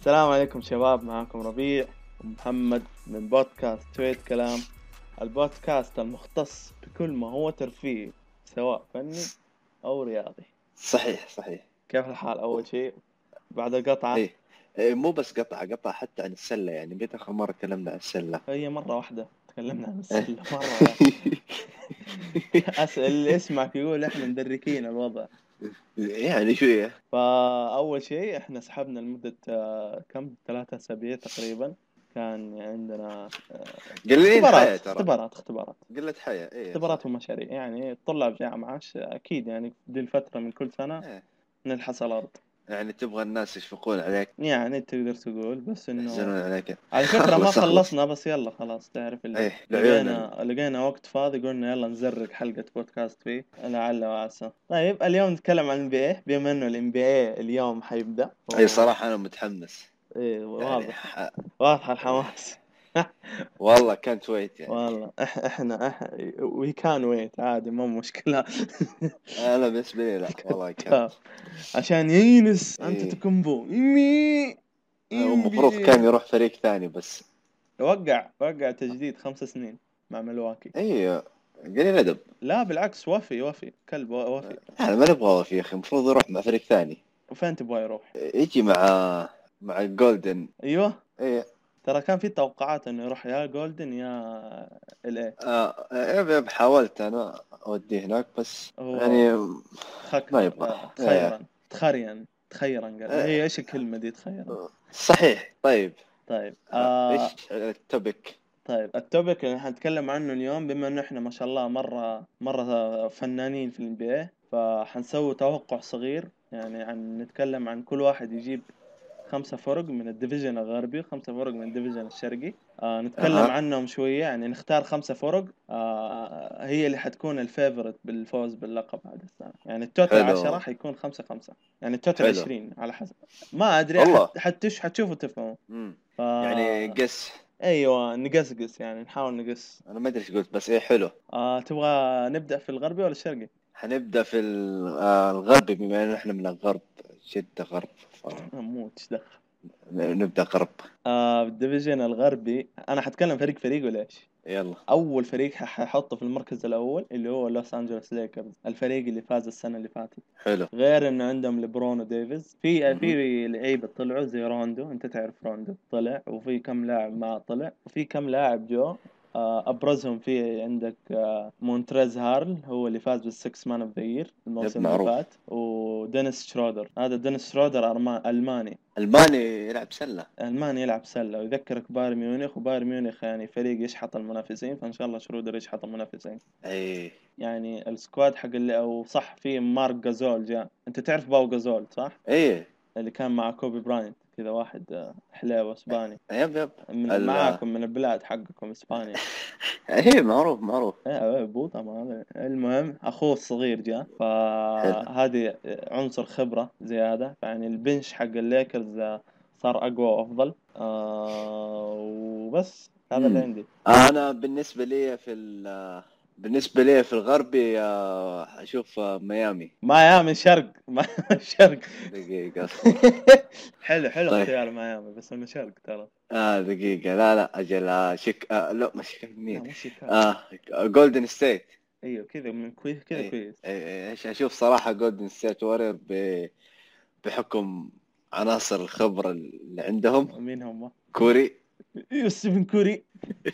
السلام عليكم شباب، معكم ربيع ومحمد من بودكاست تويت كلام. البودكاست المختص بكل ما هو ترفيه سواء فني أو رياضي. صحيح صحيح. كيف الحال أول شيء بعد القطعة؟ ايه مو بس قطع حتى عن السلة، يعني متى آخر مرة تكلمنا عن السلة؟ هي مرة واحدة تكلمنا عن إيه. السلة مرة واحدة. أسأل اللي يسمعك يقول إحنا مدركين الوضع. يعني شوية. فأول شيء إحنا سحبنا لمدة كم 3 أسابيع تقريبا. كان عندنا قليلين حياة اختبارات ترى. اختبارات اختبارات قلة حياة، ايه اختبارات صح. ومشاريع، يعني طلاب جامعة أكيد يعني دي الفترة من كل سنة إيه. نلحس الأرض. يعني تبغى الناس يشفقون عليك، يعني تقدر تقول، بس إنه يحزنون عليك. على فكرة ما اخلص. خلصنا، بس يلا خلاص تعرف اللي ايه لعيون لقينا وقت فاضي، قلنا يلا نزرق حلقة بودكاست فيه لعل وعسى. طيب اليوم نتكلم عن NBA، بما إنه الNBA اليوم حيبدأ اي صراحة انا متحمس. إيه يعني واضح، واضح الحماس. والله كانت ويت يعني. والله احنا وي كان ويت عادي، مو مشكلة. انا بالنسبة لي لا والله كان. طب عشان يينس انت ايه تكمبو إمي ام بي المفروض كان اي. يروح فريق ثاني بس. وقع تجديد 5 سنين مع ملواكي. ايه قليل ادب. لا بالعكس، وفي كلب وفي. انا ما نبغى يا اخي، المفروض يروح مع فريق ثاني. وفين تبغى يروح؟ يجي مع الجولدن. ايوه، ايه. ترى كان في توقعات انه يروح يا جولدن يا الاي. حاولت انا اوديه هناك بس هو يعني ما يبغى. ايه. تخيرا قال إيه. هي ايش الكلمة دي تخيرا. صحيح طيب. طيب ايش التوبيك؟ طيب التوبيك اللي حنتكلم عنه اليوم، بما انه احنا ما شاء الله مرة فنانين في الNBA، فحنسوي توقع صغير، يعني نتكلم عن كل واحد يجيب 5 فرق من الديفيجن الغربي، 5 فرق من الديفيجن الشرقي. نتكلم اها. عنهم شوية، يعني نختار 5 فرق هي اللي حتكون الفيفورت بالفوز باللقب هذا السنة. يعني التوتال حلو 10 حيكون 5-5، يعني التوتال حلو 20 على حسب. ما أدري والله. حتشوفوا تفهموا. امم ف يعني قس. ايوه نقصقص، يعني نحاول نقص. انا ما ادري ايش قلت بس ايه حلو. تبغى نبدأ في الغربي ولا الشرقي؟ حنبدا في الغربي بما انه احنا من الغرب، جدة غرب. موت ايش دخل. نبدا غرب. بالديفيجن الغربي انا حتكلم فريق فريق ولا ايش؟ يلا. اول فريق ححطه في المركز الاول اللي هو لوس انجلوس ليكرز، الفريق اللي فاز السنة اللي فاتت. حلو. غير انه عندهم ليبرون وديفيز، في لعيبه طلعوا زي روندو، انت تعرف روندو طلع، وفي كم لاعب ما طلع، وفي كم لاعب جو. ابرزهم في عندك مونتريز هارل، هو اللي فاز بالسكس مان اوف ذا يير يب الموسم اللي معروف. فات. ودينيس شرودر، هذا دينيس شرودر الماني. الماني يلعب سلة. الماني يلعب سله، ويذكرك بايرن ميونخ، وبايرن ميونخ يعني فريق يشحط المنافسين، فان شاء الله شرودر يشحط المنافسين. اي. يعني السكواد حق اللي او صح، في مارك جازول جاء، انت تعرف باو جازول صح؟ اي. اللي كان مع كوبي براينت، كذا واحد حليوه اسباني، يب من معاكم من البلاد حقكم اسبانيا. اي معروف معروف. بوطة ما هذا. المهم اخوه الصغير جاء، حلو. فهذه عنصر خبرة زيادة، يعني البنش حق الليكرز صار اقوى وافضل. وبس هذا اللي امم عندي. انا بالنسبه لي في الغربي اشوف ميامي. ميامي شرق ميامي شرق. دقيقه اصبر. حلو طيب. اختيار ميامي، بس انه شرق ترى. دقيقه، لا اجل لا مش لا مين. مو شيكاغو. آه جولدن ستيت. ايوه كذا من كويس، كذا اي كويس. ايش اشوف صراحه جولدن ستيت وارير بحكم عناصر الخبره اللي عندهم. مين هم؟ كوري. ستيفن كوري.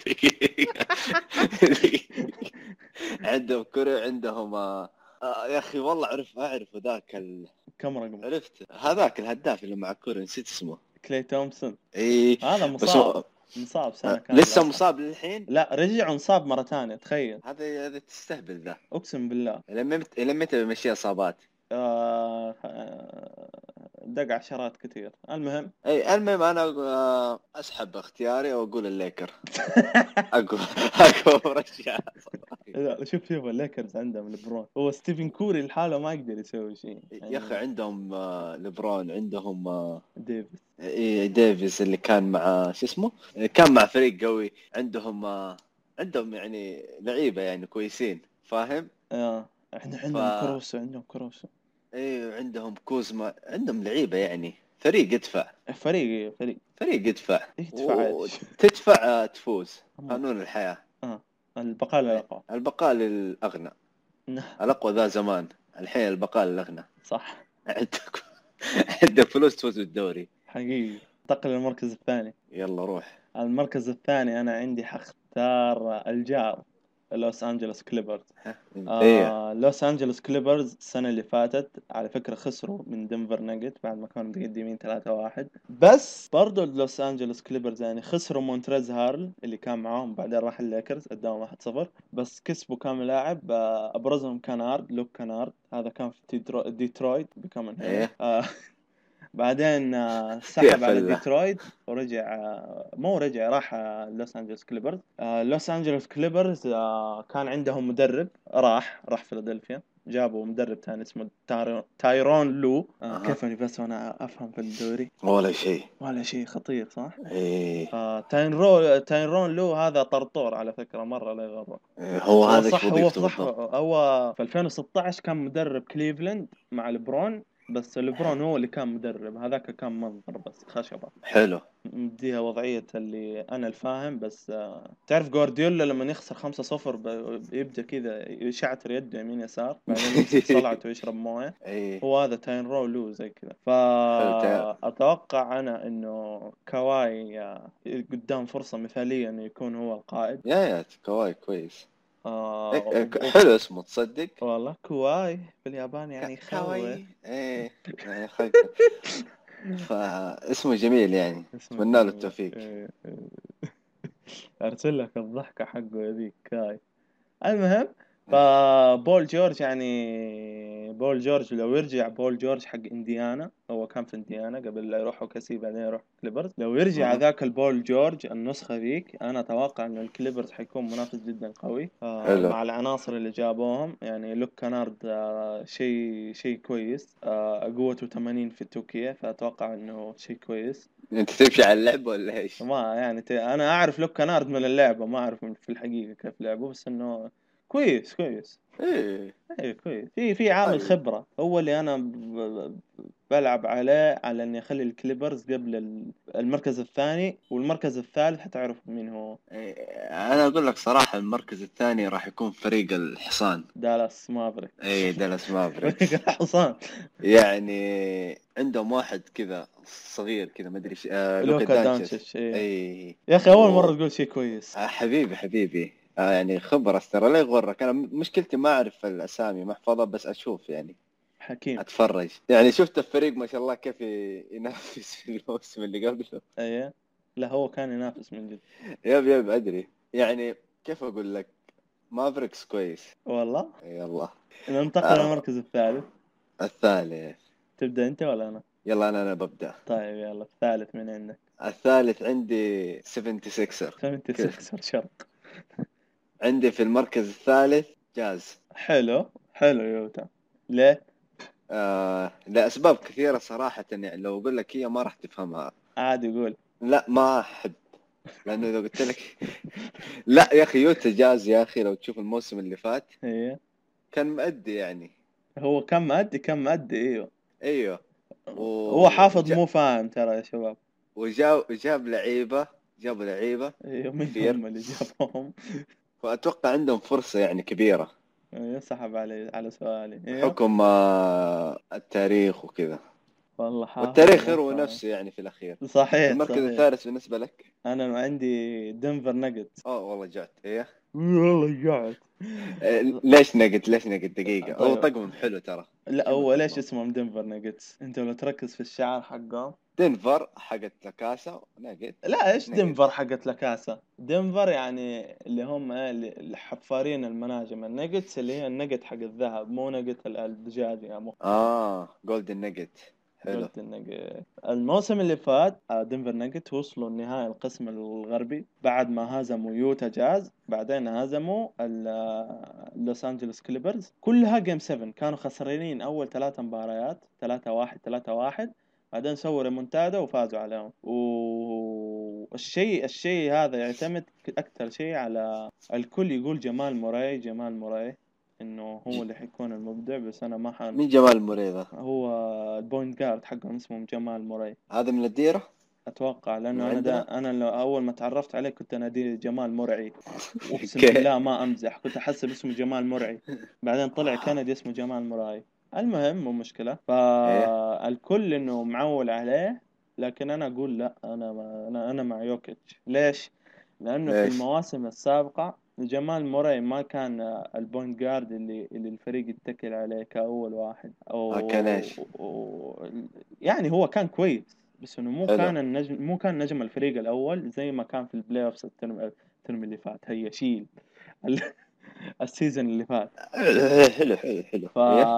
عندهم كوري، عندهم يا اخي والله اعرف كم رقمه؟ عرفت هذاك الهداف اللي مع كوري، نسيت اسمه. كلي تومسون. اي. هذا بس مصاب، مصاب سنة كاملة لسه أصلا. مصاب للحين. لا رجع وانصاب مرة ثانية، تخيل. هذا تستهبل ذا. أقسم بالله. إلى متى بمشي اصابات؟ دق عشرات كثير. المهم. اي المهم انا اسحب اختياري واقول الليكر. اقوى اقوى رشاش. لا شوف الليكرز عندهم ليبرون، هو ستيفن كوري لحاله ما يقدر يسوي شيء يا اخي يعني. عندهم ليبرون، عندهم ديفيس. ديفيز اللي كان مع شو اسمه، كان مع فريق قوي. عندهم عندهم يعني لعيبة يعني كويسين، فاهم. احنا ف عندهم كروسو، عندهم كروسو. ايه عندهم كوزما، عندهم لعيبة يعني. فريق يدفع، فريق يدفع يدفع عادي. وتدفع تفوز. قانون الحياة. البقاء إيه. الأقوى. البقاء للأغنى. الأقوى ذا زمان، الحين البقاء للأغنى. صح. عندك عندك فلوس تفوز بالدوري. حقيقي. انتقل للمركز الثاني. يلا روح. المركز الثاني أنا عندي حختار الجار، لوس أنجلوس كليبرز. ايه. لوس أنجلوس كليبرز السنة اللي فاتت على فكرة خسروا من دنفر ناجت بعد ما كانوا متقدمين 3-1. بس برضو لوس أنجلوس كليبرز يعني خسروا مونتريز هارل اللي كان معاهم، بعدين راح الليكرز قدامهم 1-0. بس كسبوا كام لاعب، أبرزهم كانارد، لوك كانارد، هذا كان في ديترويت بكمان هنا. ايه. بعدين يا سحب على فله. ديترويت ورجع، مو رجع، راح لوس أنجلوس كليبرز. لوس أنجلوس كليبرز كان عندهم مدرب، راح فيلادلفيا، جابوا مدرب تاني اسمه تايرون لو. اها. كيف أنا بس وأنا أفهم في الدوري ولا شيء. ولا شيء، خطير صح. ايه. تايرون لو هذا طرطور على فكرة مرة لا يغرك. هو هو هذا ايش صح، هو وظيفته صح، بالضبط؟ هو في 2016 كان مدرب كليفلاند مع ليبرون، بس ليبرون هو اللي كان مدرب، هذاك كان منظر بس خشبة. حلو. مديها وضعية اللي أنا الفاهم بس. تعرف جوارديولا لما يخسر 5-0 يبدأ كذا يشعتر يده يمين يسار، بعدين يمسك صلعته ويشرب موية. ايه. هو هذا تاين لو زي كذا. حلو. فأتوقع أنا إنه كواي قدام فرصة مثالية إنه يكون هو القائد. يا كواي كويس. إيه، آه حلو اسمه تصدق. والله كواي باليابان يعني يخوف. كواي ايه. يعني فاسمه جميل يعني. اسمه اتمنى له جميل. التوفيق. ارسل لك الضحكة حقه هذيك كاي. المهم، فبول جورج يعني بول جورج لو يرجع، بول جورج حق انديانا، هو كان في انديانا قبل لا يروح اوكاسي بعدين يروح كليبرز. لو يرجع مهم. ذاك البول جورج النسخة ذيك، انا اتوقع انه الكليبرز حيكون منافس جدا قوي حلو. مع العناصر اللي جابوهم. يعني لوك كانارد شيء كويس، قوته 80 في التوكية، فاتوقع انه شيء كويس. انت تمشي على اللعب ولا ايش؟ ما يعني انا اعرف لوك كانارد من اللعبة، ما اعرف في الحقيقة كيف لعبه، بس انه كويس. ايه. ايه كويس، في عامل طيب. خبرة، هو اللي انا بلعب عليه على اني اخلي الكليبرز قبل المركز الثاني والمركز الثالث، حتعرف مين هو. إيه، انا اقول لك صراحة المركز الثاني راح يكون فريق الحصان. دالاس مافريك. اي دالاس فريق مافريكس. الحصان. يعني عندهم واحد كذا صغير كذا ما ادري لوكا لوكا دانشس. دانتش، ايه. اي. يا اخي اول مرة تقول شيء كويس. حبيبي يعني خبرة ترى لا يغرك. انا مشكلتي ما اعرف الاسامي ما احفظها بس اشوف يعني حكيم. اتفرج. يعني شفت الفريق ما شاء الله كيف ينافس في الموسم اللي قبله. ايه، لا هو كان ينافس من جد. يب ادري. يعني كيف اقول لك مافريكس كويس. والله. يلا. ننتقل آه للمركز الثالث. الثالث. تبدأ انت ولا انا؟ يلا انا ببدأ. طيب يلا الثالث من عندك. الثالث عندي 76. فهمت كيف؟ سكسر شرق. عندي في المركز الثالث جاز. حلو يوتا. ليه؟ لأسباب كثيرة صراحة يعني لو أقول لك هي ما راح تفهمها. عادي يقول. لا ما أحب. لأنه إذا قلت لك لا يا أخي يوتا جاز يا أخي لو تشوف الموسم اللي فات هي كان مأدي يعني. هو كم مادي، ايوه. أيوه. هو حافظ وجا مو فاهم ترى يا شباب. وجاب لعيبة. جابوا لعيبة ايوه، مين كثير. هم اللي جابهم؟ فأتوقع عندهم فرصة يعني كبيرة. يسحب على سؤالي، ايوه. بحكم التاريخ وكذا. والله حافظ والتاريخ مو يروي فاهم. نفسه يعني في الأخير. المركز صحيح. الثالث بالنسبة لك؟ انا عندي دنفر ناجت. والله جات هي. والله قاعد. ليش نقد دقيقة هو طيب، طقم حلو ترى. لا حلو هو ليش طقم. اسمهم دنفر ناجتس؟ انت لو تركز في الشعار حقهم. دنفر حقت لكاسا نقد. لا، ايش نقد. دنفر حقت لكاسا؟ دنفر يعني اللي هم اللي حفارين المناجم، النجتس اللي هي النجت حق الذهب، مو نجت الدجاج يا مو. جولدن نقد. حلو. قلت النجت. الموسم اللي فات دنفر نجت وصلوا النهائي القسم الغربي بعد ما هزموا يوتا جاز، بعدين هزموا لوس انجلوس كليبرز كلها جيم 7. كانوا خسرانين اول 3 مباريات 3-1 3-1، بعدين سووا ريمونتادا وفازوا عليهم. والشيء هذا يعتمد أكثر شيء على الكل يقول جمال موراي. انه هو اللي حيكون المبدع، بس انا ما مين جمال موري ذا؟ هو البوينت جارد حقهم اسمه جمال موراي هذا من الديرة اتوقع، من لانه عندنا. انا اول ما تعرفت عليه كنت اناديه جمال مرعي، واقسم اوكي. بالله ما امزح، كنت احسب اسمه جمال مرعي، بعدين طلع كندي اسمه جمال موراي. المهم مو مشكلة، ايه. فالكل انه معول عليه، لكن انا اقول لا، انا مع يوكيتش. ليش؟ لانه في ليش؟ المواسم السابقة جمال موراي ما كان البوينت جارد اللي الفريق يتكل عليه كأول واحد كان ايش؟ يعني هو كان كويس، بس انه مو حلو. كان النجم، مو كان نجم الفريق الاول زي ما كان في البلاي اوفس الترم اللي فات، هي شيل ال- السيزون اللي فات. حلو حلو حلو ف ايه.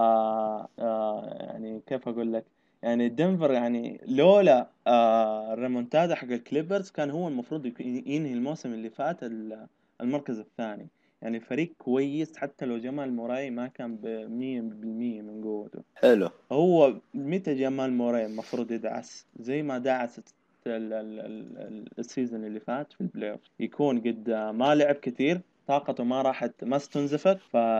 يعني كيف اقول لك، يعني دنفر يعني لولا الريمونتادا حق الكليبرز كان هو المفروض ينهي الموسم اللي فات المركز الثاني. يعني فريق كويس حتى لو جمال موراي ما كان ب100% من قوته. حلو. هو متى جمال موراي المفروض يدعس زي ما دعس السيزون اللي فات في البلاي اوف، يكون قد ما لعب كثير، طاقته ما راحت، ما استنزفت،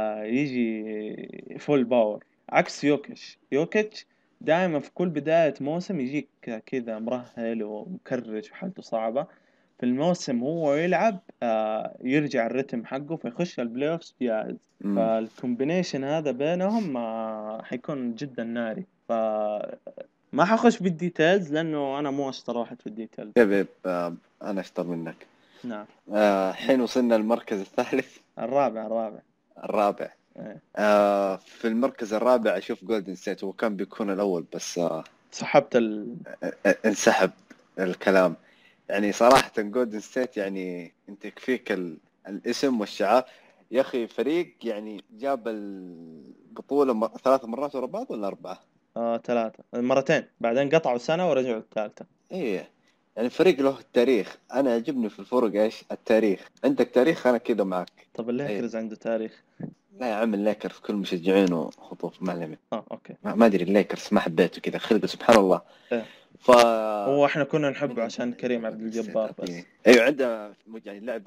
فيجي فول باور. عكس يوكيتش دائما في كل بداية موسم يجيك كذا مرهل ومكرش وحالته صعبة، في الموسم هو يلعب يرجع الريتم حقه فيخش البلاي اوف جاهز. امم. فالكومبينيشن هذا بينهم حيكون جدا ناري. ما حخش بالديتيلز لانه انا مو اشطر واحد في الديتيلز. شباب انا اشطر منك. نعم. حين وصلنا المركز الثالث. الرابع. الرابع. إيه. في المركز الرابع اشوف جولدن ستيت، هو كان بيكون الاول بس سحبت انسحب الكلام. يعني صراحة جولدن ستيت يعني انت يكفيك الاسم والشعار. يا اخي فريق يعني جاب البطولة 3 مرات ورا بعض ولا 4؟ 3 مرتين، بعدين قطعوا سنة ورجعوا الثالثة. ايه. يعني فريق له التاريخ. انا يعجبني في الفرق ايش التاريخ، عندك تاريخ انا كذا معك. طب ايه. الليكرز عنده تاريخ. لا يا عم الليكرز كل مشجعينه خطوف معلمين. اوكي. ما ادري الليكرز ما حبيته كذا خلقه سبحان الله. ايه. ف هو احنا كنا من نحبه عشان عندنا كريم عندنا عبد جولدن ستيت الجبار اعطيني. بس. ايوه عنده يعني اللاعب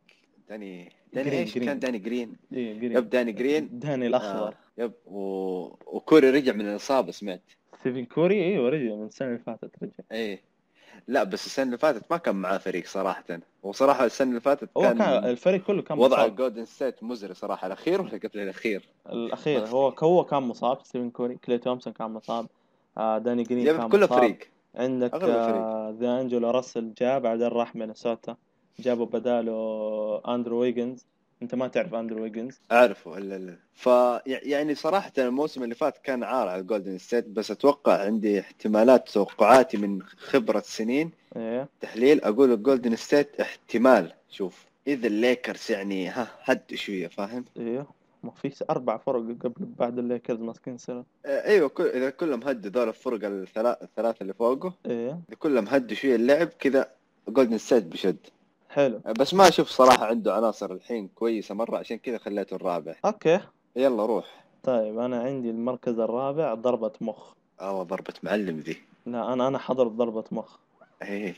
داني ايش كان جرين. داني جرين. ايه جرين. يب داني جرين. داني الاخضر. يب وكوري رجع من الإصابة سمعت. ستيفن كوري ايوه رجع من السنة اللي فاتت رجع. ايه. لا بس السنة اللي فاتت ما كان معاه فريق صراحة. وصراحة السنة اللي فاتت هو كان كان الفريق كله كان وضع مصاب. جولدن ستيت مزري صراحة. الأخير ولا قبل الأخير؟ ما الأخير أذكر. هو كان مصاب، ستيفن كوري، كلي تومسون كان مصاب، داني جرين يب كان كله مصاب. فريق. عندك أغلب فريق. ذا أنجلو راسل جاء بعدين راح مينيسوتا، جابوا بداله أندرو ويجنز. أنت ما تعرف أندرو ويجنز؟ أعرفه لا. يعني صراحة الموسم اللي فات كان عار على جولدن ستيت، بس أتوقع عندي احتمالات توقعاتي من خبرة سنين إيه. تحليل أقول الجولدن ستيت احتمال. شوف إذا الليكرز يعني هد شوية فاهم. إيه. ما في 4 فرق قبل بعد الليكرز ماسكين سنة. ايوه اذا كلهم هدوا ذول الفرق الثلاثه اللي فوقه، إيه. اذا كلهم هدوا شويه اللعب كذا جولدن ستيت بشد. حلو. بس ما اشوف صراحه عنده عناصر الحين كويسه مره عشان كذا خليته الرابع. أوكي. يلا روح. طيب أنا عندي المركز الرابع ضربة مخ. ضربة معلم ذي. لا أنا حضرت ضربة مخ. ايه.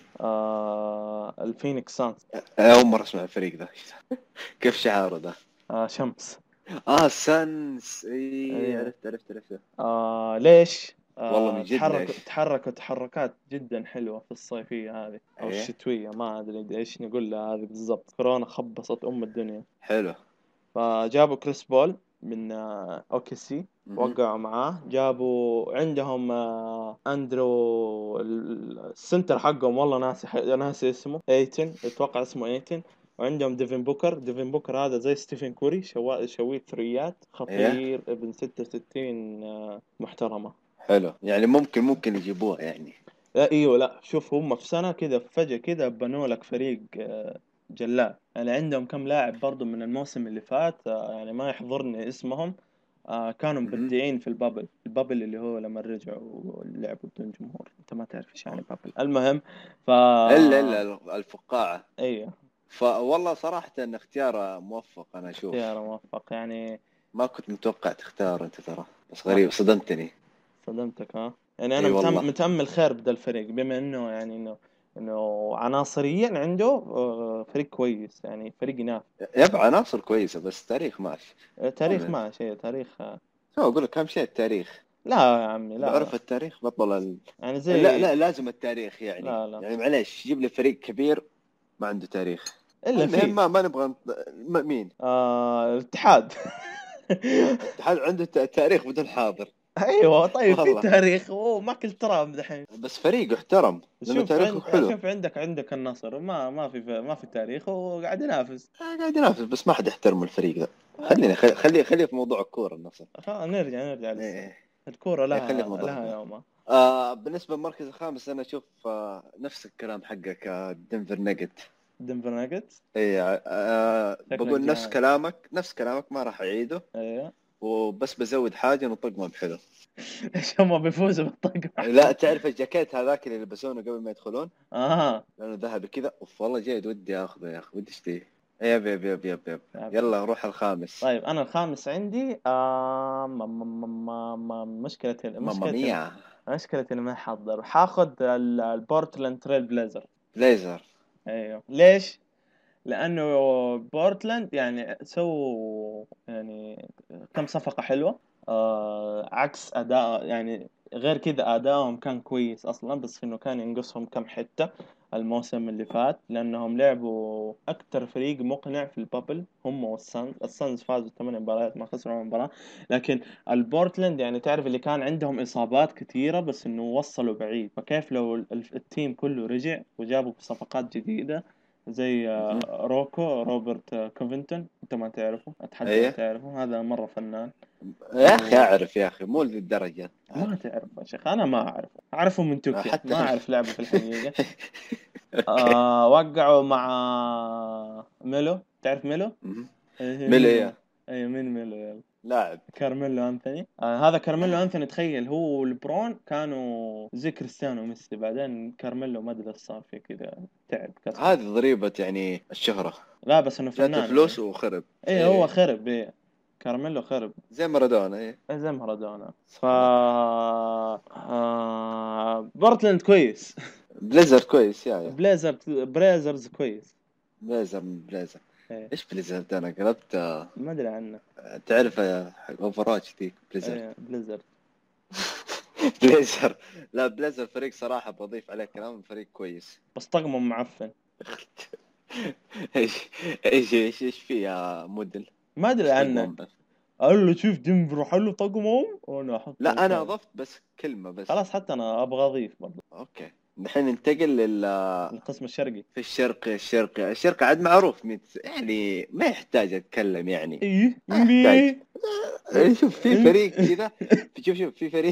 الفينيكس سانز. اول مره اسمع الفريق ذا. كيف شعاره ذا؟ شمس. سانس. ايه إيه. عرفت. ليش؟ والله من جد ليش. تحركوا تحركات جدا حلوة في الصيفية هذه أو ايه. الشتوية، ما أدري إيش نقول لها هذه بالضبط، كورونا خبصت الدنيا. حلو. فجابوا كريس بول من أوكي سي، مهم. وقعوا معاه. جابوا عندهم أندرو السنتر حقهم، والله ناسي اسمه، ايتن اتوقع اسمه ايتن. وعندهم ديفن بوكر هذا زي ستيفن كوري، شويت ثريات ايه. خطير، ابن 66 محترمة. حلو يعني ممكن يجيبوها يعني. لا ايوه، لا شوف هم في سنة كذا فجأة كذا بنوا لك فريق جلاد. يعني عندهم كم لاعب برضو من الموسم اللي فات، يعني ما يحضرني اسمهم، كانوا مهم. مبدعين في البابل اللي هو لما رجعوا ولعبوا بدون جمهور. انت ما تعرف ايش يعني بابل، المهم. ف الا الفقاعه. ايوه. فوالله صراحة إن اختياره موفق أنا أشوف. اختيار موفق يعني. ما كنت متوقع تختار أنت ترى، بس لا غريب صدمتني. صدمتك ها. يعني انا إي والله. متأمل خير بدا الفريق، بما انه يعني انه انه عناصريا عنده فريق كويس، يعني فريق ينافس. يبقى عناصر كويسة بس تاريخ ماشي. تاريخ المهم، ماشي، تاريخ شو أقول لك، أهم شيء التاريخ. لا يا عمي لا لا. بعرف التاريخ بطل يعني لا زي لا، لازم التاريخ يعني. لا لا يعني معليش، جيب لي فريق كبير ما عنده تاريخ. الا المهم، في ما نبغى مين؟ الاتحاد. الاتحاد عنده تاريخ بدون حاضر. ايوه طيب في والله، تاريخ، اوه ما كل ترام دحين. بس فريق احترم لأنه شوف تاريخه حلو. شوف عندك النصر ما في تاريخ وقاعد ينافس. قاعد ينافس بس ما حد يحترم الفريق ذا. خلينا والله خليه في موضوع الكورة النصر. نرجع للسنة. ايه. الكورة ايه، خليه في لها موضوع لها الكورة. يومها. بالنسبة للمركز الخامس أنا أشوف نفس الكلام حقك، دنفر نجت. دنفر ناجتس. ايه. شكلك بقول جعان. نفس كلامك، ما راح أعيده. ايوه. وبس بزود حاجة، نطقمهم حلو. ايش هم بيفوزوا بالطقم؟ لا، تعرف الجاكيت هذاك اللي يلبسونه قبل ما يدخلون، اه لانه ذهبي كذا، اوف والله جيد، ودي اخذه يا اخي، ودي اشتريه. يب يب يب يب يب. يلا نروح الخامس. طيب انا الخامس عندي ماما ميا. مشكلة اني ما حضر، حاخذ البورتلاند تريل بليزر. بليزر. ايوه ليش؟ لانه بورتلاند يعني سووا يعني كم صفقة حلوة. عكس اداء يعني، غير كذا ادائهم كان كويس اصلا، بس انه كان ينقصهم كم حتة الموسم اللي فات، لانهم لعبوا اكتر فريق مقنع في البابل هم والسانز فازوا 8 مباريات ما خسروا ولا مباراة. لكن البورتلاند يعني تعرف اللي كان عندهم اصابات كثيرة بس انه وصلوا بعيد، فكيف لو التيم كله رجع وجابوا صفقات جديدة زي مهم. روبرت كوفنتون، انت ما تعرفه، اتحدى لو ايه تعرفه، هذا مرة فنان. يا اخي، اعرف يا اخي، مو للدرجة وما اعرف. تعرفه يا شيخ، انا ما اعرفه من توكيا، حتى ما اعرف لعبه في الحقيقة. اوكي. وقعوا مع ميلو، تعرف ميلو؟ مهم. ايه ميل مين هو؟ ايه. ايه مين ميلو يلا. لاعب. كارميلو انثوني. هذا كارميلو انثوني، تخيل هو ولبرون كانوا زي كريستيانو وميسي، بعدين كارميلو ما ادري ايش صار فيه كذا، تعب كسر. هذه ضريبة يعني الشهرة. لا بس انه جاته فنان فلوس يعني. وخرب. ايه هو ايه، خرب ايه. كارميلو خرب. زي مارادونا. ايه. زي مارادونا. سبحان الله. بورتلاند كويس. بليزر كويس يا. بريزرز كويس. بليزر من بليزر. ايه ايش بليزر ده؟ انا قلبت ما ادري عنه. تعرف حق اوفراج ذيك بليزر. ايه بليزرد. بليزر. لا، بليزر فريق صراحة بضيف عليه كلام، فريق كويس. بس طقمه معفن. ايش ايش في يا مدل؟ ما ادري ايش عنه. طقمهم بس؟ قال له شوف دنفر حلو طقمهم وانا احط لا، انا الكلام. اضفت بس كلمة بس. خلاص حتى انا ابغى اضيف برضه. اوكي. الحين ننتقل القسم الشرقي. في الشرقي عاد معروف يعني ما يحتاج اتكلم يعني. ايه ما يحتاج. مبي. شوف في فريق كذا. شوف في فريق.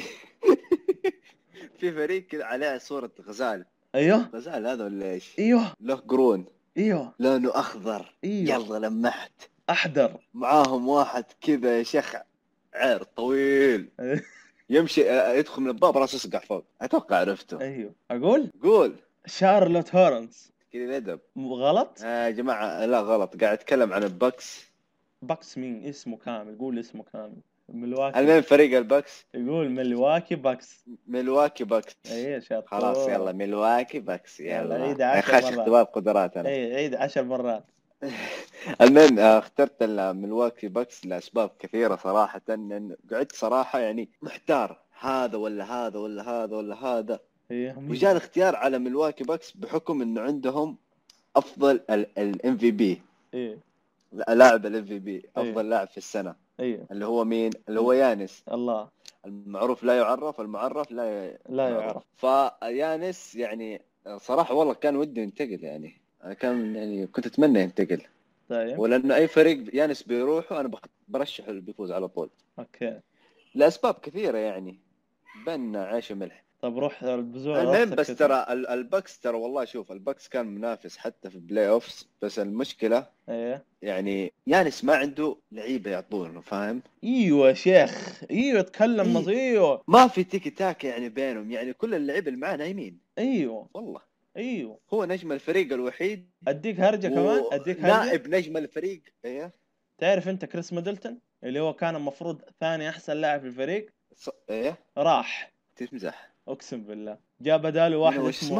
في فريق كذا عليه صورة غزال. ايوه غزال هذا ولا ايش؟ ايوه له قرون. ايوه لونه اخضر. ايوه يلا لمحت. احضر. معاهم واحد كذا يا شيخ، عرض طويل، يمشي يدخل من الباب راسه يصقع فوق، اتوقع عرفته. ايوه اقول قول. شارلوت هورنز. كذا الادب. غلط. يا جماعة لا غلط، قاعد اتكلم عن البكس. باكس مين اسمه كامل؟ قول اسمه كامل. ملواكي. المهم فريق البكس. يقول ملواكي باكس. ملواكي بكس. ايه خلاص شطور. يلا ملواكي بكس يلا يلا، عيد 10 خش مرات. اختبار قدرات انا. ايه عيد 10 مرات. المهم اخترت الملواكي بكس لاسباب كثيره صراحه، ان قعدت صراحه يعني محتار، هذا ولا هذا ولا هذا ولا هذا. ايه وجاء مين؟ الاختيار على ملواكي بكس بحكم انه عندهم افضل الام في بي، ايه لاعب الام في بي، ايه افضل لاعب في السنه. ايه اللي هو مين؟ اللي هو يانس. الله. المعروف لا يعرف، المعرف لا معروف. يعرف. فيانس يعني صراحة والله كان ودي ينتقل يعني. أنا كان يعني كنت أتمنى ينتقل، طيب ولأنه أي فريق يانس بيروحه أنا برشحه اللي بيفوز على طول، اوكي. لأسباب كثيرة يعني، بين عيش وملح. طب روح البذور المهم اختك بس تسمع. ترى البكس، ترى والله شوف البكس كان منافس حتى في بلاي أوفس، بس المشكلة ايه يعني يانس ما عنده لعيبة يعطونه، فاهم؟ ايوه يا شيخ، ايوه تكلم إيه، ايوه. ما في تيكي تاك يعني بينهم، يعني كل اللعيبة اللي معاه نايمين ايوه والله. ايوه. هو نجم الفريق الوحيد اديك هرجه كمان، اديك هرجه. ونائب نجم الفريق. ايه. تعرف انت كريس ميدلتون اللي هو كان المفروض ثاني احسن لاعب في الفريق؟ ايه. راح. تمزح. اقسم بالله جاء بداله من واحد هو، ايش اسمه؟ اسمه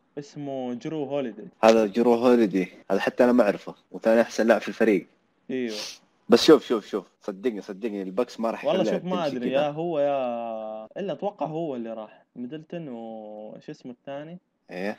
اسمه جرو هوليدي. هذا جرو هوليدي، هذا حتى انا ما اعرفه، وثاني احسن لاعب في الفريق. ايوه بس شوف صدقني البكس ما راح والله يخليها شوف ما تمشي ادري يا كذا. هو الا اتوقع هو اللي راح ميدلتون وش اسمه الثاني. ايه.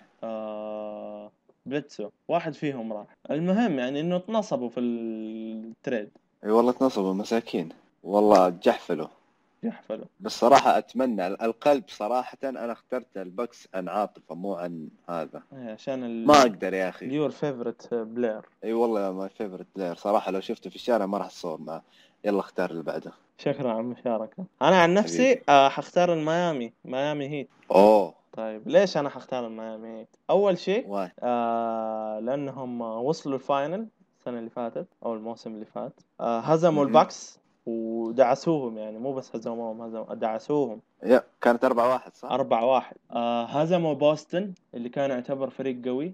بليتسو واحد فيهم راح. المهم يعني انه اتنصبوا في التريد. اي والله تنصبوا مساكين، والله جحفلوا. يحفلوا. بس صراحة اتمنى القلب صراحة، انا اخترت البكس عن عاطفة مو عن هذا. إيه، عشان ما اقدر يا اخي. اليور فيفورت بلاير. اي والله ماي فيفورت بلاير صراحة، لو شفته في الشارع ما راح اتصور معه. يلا اختار اللي بعده. شكرا على المشاركة. انا عن حبيبي. نفسي حختار ميامي هيت. اوه. طيب ليش انا حختار الميامي هيت؟ اول شيء واي. لانهم وصلوا الفاينل السنة اللي فاتت او الموسم اللي فات. هزموا مهم. الباكس ودعسوهم، يعني مو بس هزموهم، دعسوهم يا كانت 4-1 صح؟ 4-1. هزموا بوسطن اللي كان يعتبر فريق قوي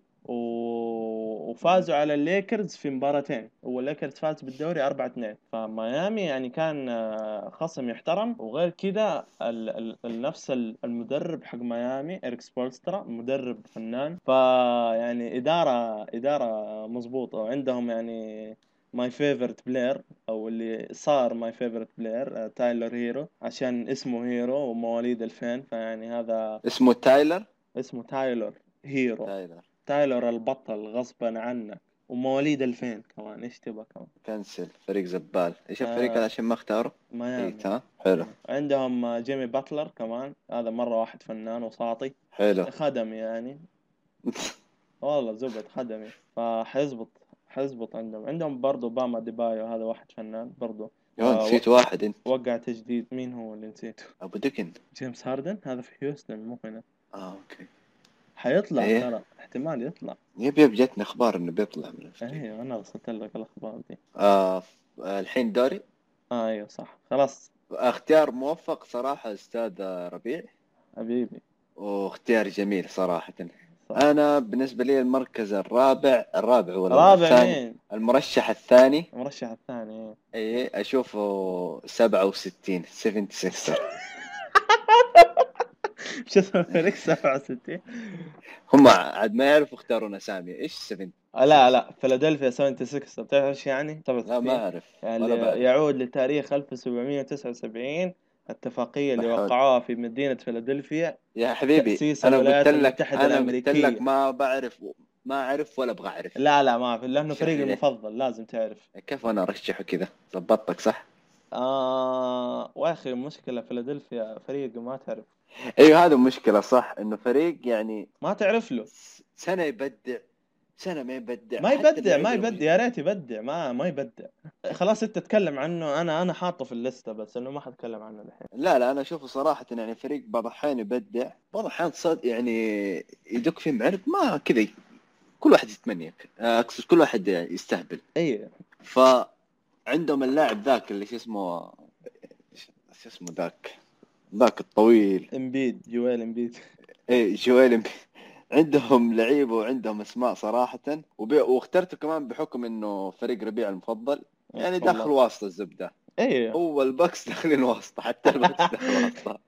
مهم. وفازوا على الليكرز في مباراتين، والليكرز فاز بالدوري 4-2. فميامي يعني كان خصم يحترم. وغير كذا نفس المدرب حق ميامي إريك سبولسترا مدرب فنان. فيعني إدارة مظبوطة. وعندهم يعني ماي فيفورت بلاير، او اللي صار ماي فيفورت بلاير تايلر هيرو، عشان اسمه هيرو ومواليد 2000. فيعني هذا اسمه تايلر. اسمه تايلر هيرو. تايلر. تايلر البطل غصبا عنك، ومواليد 2000 كمان. ايش تبغى كمان؟ كنسل فريق زبال. ايش الفريق آه هذا عشان ما اختاره؟ ميامي. هيت ها، حلو. عندهم جيمي باتلر كمان، هذا مرة واحد فنان وساطي. حلو. خدمي يعني، والله زبد خدمي. حيزبط. عندهم برضو باما ديبايو، هذا واحد فنان برضو. يا نسيت واحد انت. وقع تجديد. مين هو اللي نسيته؟ ابو دقن. جيمس هاردن، هذا في هيوستن مو هنا. اوكي. حيطلع ايه. ترى، احتمال يطلع. جتني اخبار انه بيطلع من الفريق. ايوه انا رسلت لك الاخبار دي. الحين دوري. ايوه صح خلاص. اختيار موفق صراحة استاذ ربيع، حبيبي. واختيار جميل صراحة. صح. انا بالنسبة لي المركز الرابع ولا رابع الثاني، مين؟ المرشح الثاني. المرشح الثاني. ايه اشوفه 67 76. شو اسمه فريق 67؟ هم عاد ما يعرفوا يختارون اسامي، ايش 7 لا 6؟ لا، فيلادلفيا 76. بتعرف ايش يعني لا ما 67؟ اعرف يعني ولا بعرف. يعود لتاريخ 1779، الاتفاقية لا اللي حول. وقعوها في مدينة فيلادلفيا، يا حبيبي تأسيس انا قلت الولايات لك المتحدة انا قلت لك الأمريكية. ما بعرف، ما اعرف ولا ابغى اعرف. لا لا ما في، لأنه اشرح فريقي لي ليه. المفضل لازم تعرف. كيف انا ارشحه كذا؟ ضبطتك صح. واخي مشكلة فيلادلفيا فريق ما تعرف. ايوه هذا مشكلة صح، انه فريق يعني ما تعرف له. سنة يبدع، سنة ما يبدع ما حتى يبدع ما اللعيبة يبدع، يا ريت يبدع. ما يبدع. خلاص انت تتكلم عنه، انا حاطه في الليستة، بس انه ما حتكلم عنه الحين. لا انا اشوفه صراحة يعني فريق بعض الاحيان يبدع، بعض الاحيان صد يعني يدق في معنى ما كذا. كل واحد يتمنيك، اقصد كل واحد يستهبل. اي فعندهم اللاعب ذاك اللي شو اسمه ذاك الطويل. امبيد، جويل امبيد. ايه جويل عندهم لعيبه وعندهم اسماء صراحة، واخترته كمان بحكم انه فريق ربيع المفضل، يعني داخل والله واسطة الزبدة. اي. هو البكس داخلين واسطة، حتى البكس داخل واسطة.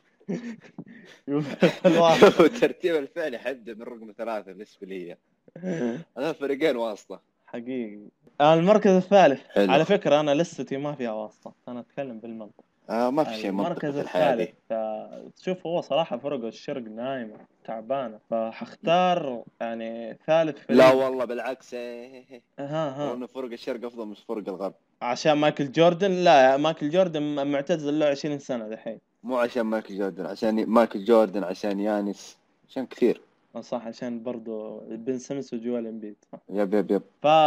في الواسطة. الترتيب الفعلي حبدأ من رقم 3 بالنسبة لي. هذا فريقين واسطة. حقيقي. المركز الثالث، حلو. على فكرة أنا لستي ما فيها واسطة، أنا أتكلم بالمنطق. ما في شيء منطقي المركز في الحياة الثالث دي. شوف، هو صراحة فرق الشرق نايمة تعبانة، فحختار يعني ثالث لا فريق. والله بالعكس، والله ها. انه فرق الشرق افضل من فرق الغرب. عشان مايكل جوردن. لا مايكل جوردن معتزل له 20 سنة دحين. مو عشان مايكل جوردن، عشان مايكل جوردن، عشان يانس، عشان كثير. صح، عشان برضو بن سيمس وجوال امبيد. يب.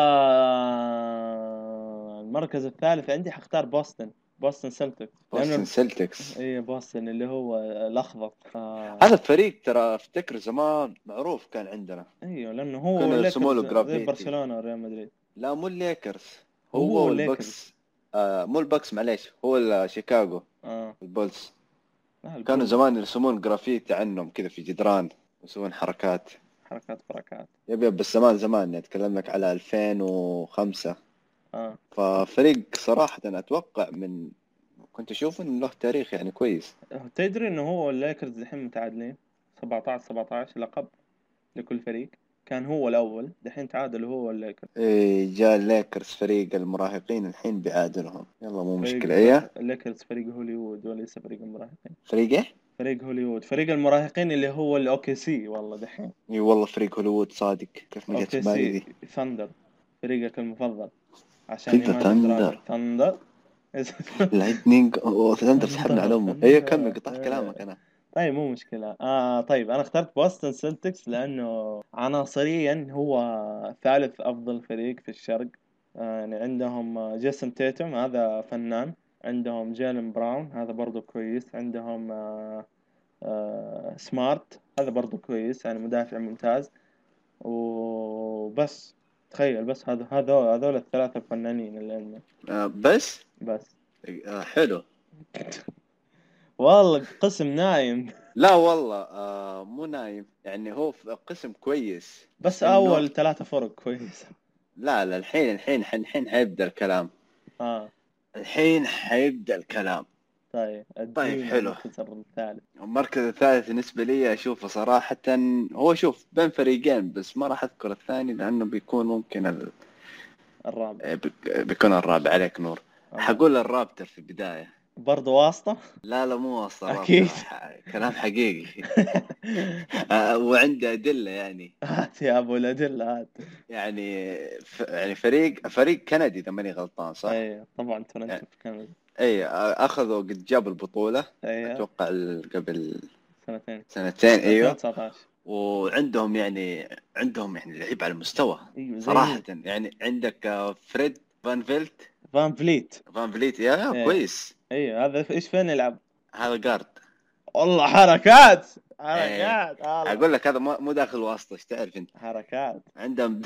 المركز الثالث عندي حختار بوسطن سلتكس، بوستن لانه سلتكس. ايه بوسطن اللي هو الاخضر. هذا الفريق ترى افتكر زمان معروف كان عندنا، ايوه لانه هو كانوا يرسموا له والليكرز زي جرافيتي. برشلونة وريال مدريد. لا مو الليكرز، هو هو والليكرز. والبكس. مو البكس معليش، هو شيكاغو اه البولز. لا كانوا البولز. زمان يرسمون جرافيتي عنهم كذا في جدران، يسوون حركات. حركات بركات. يب بس زمان اتكلم لك على 2005. اه ففريق صراحة أنا أتوقع كنت أشوف إنه له تاريخ يعني كويس. تدري انه هو والليكرز الحين متعادلين 17 لقب. لكل فريق. كان هو الأول، دحين تعادل هو الليكرز. إيه جاء الليكرز فريق المراهقين الحين بيعادلهم، يلا مو فريق مشكلة. ايه الليكرز فريق هوليوود وليس فريق المراهقين. فريق ايه؟ فريق هوليوود، فريق المراهقين اللي هو الأوكي سي والله دحين. اي والله فريق هوليوود صادق، كيف ما جت في أوكي بالي سي ذي. ثندر، فريقك المفضل عشان فريق ذا إيماجن دراجون ثاندر. ثندر. لايتنينج ثاندر سحبنا على امه. ايه كمل، ثندر. قطعت كلامك انا. طيب مو مشكلة. طيب أنا اخترت بوستن سيلتكس لأنه عناصريا هو ثالث أفضل فريق في الشرق. يعني عندهم جيسون تيتم هذا فنان، عندهم جيلن براون هذا برضو كويس، عندهم سمارت هذا برضو كويس يعني مدافع ممتاز. وبس تخيل، بس هذول الثلاثة الفنانين اللي عندنا بس بس. حلو. والله قسم نايم. لا والله مو نايم، يعني هو في قسم كويس بس بس انه. أول ثلاثة فرق كويس. لا لا، الحين حيبدأ الكلام. اه الحين حيبدأ الكلام. طيب طيب ادينا حلو. المركز الثالث. المركز الثالث بالنسبة لي أشوفه صراحة، هو شوف بين فريقين بس ما راح أذكر الثاني لأنه بيكون ممكن الرابع. بيكون الرابع. عليك نور. الله. حقول الرابتر في البداية. برضو واسطة. لا لا مو وصل أكيد. الرابتر، كلام حقيقي. وعنده أدلة يعني. هات يا أبو الأدلة هات. يعني فريق كندي إذا ماني غلطان صح؟ أي طبعا تورنتو يعني في كندا. اي اخذوا قد جابوا البطولة أي اتوقع قبل سنتين. سنتين. ايوه. 2019. وعندهم لعيب على المستوى أيوة زي صراحة. مين؟ يعني عندك فريد فان فيلت. فان فليت. فان فليت يا أي. كويس. أيوة هذا إيش فين يلعب؟ هذا جارد. والله حركات ايه حركات الله. اقول لك هذا مو داخل واسطة، ايش تعرف انت. حركات. عندهم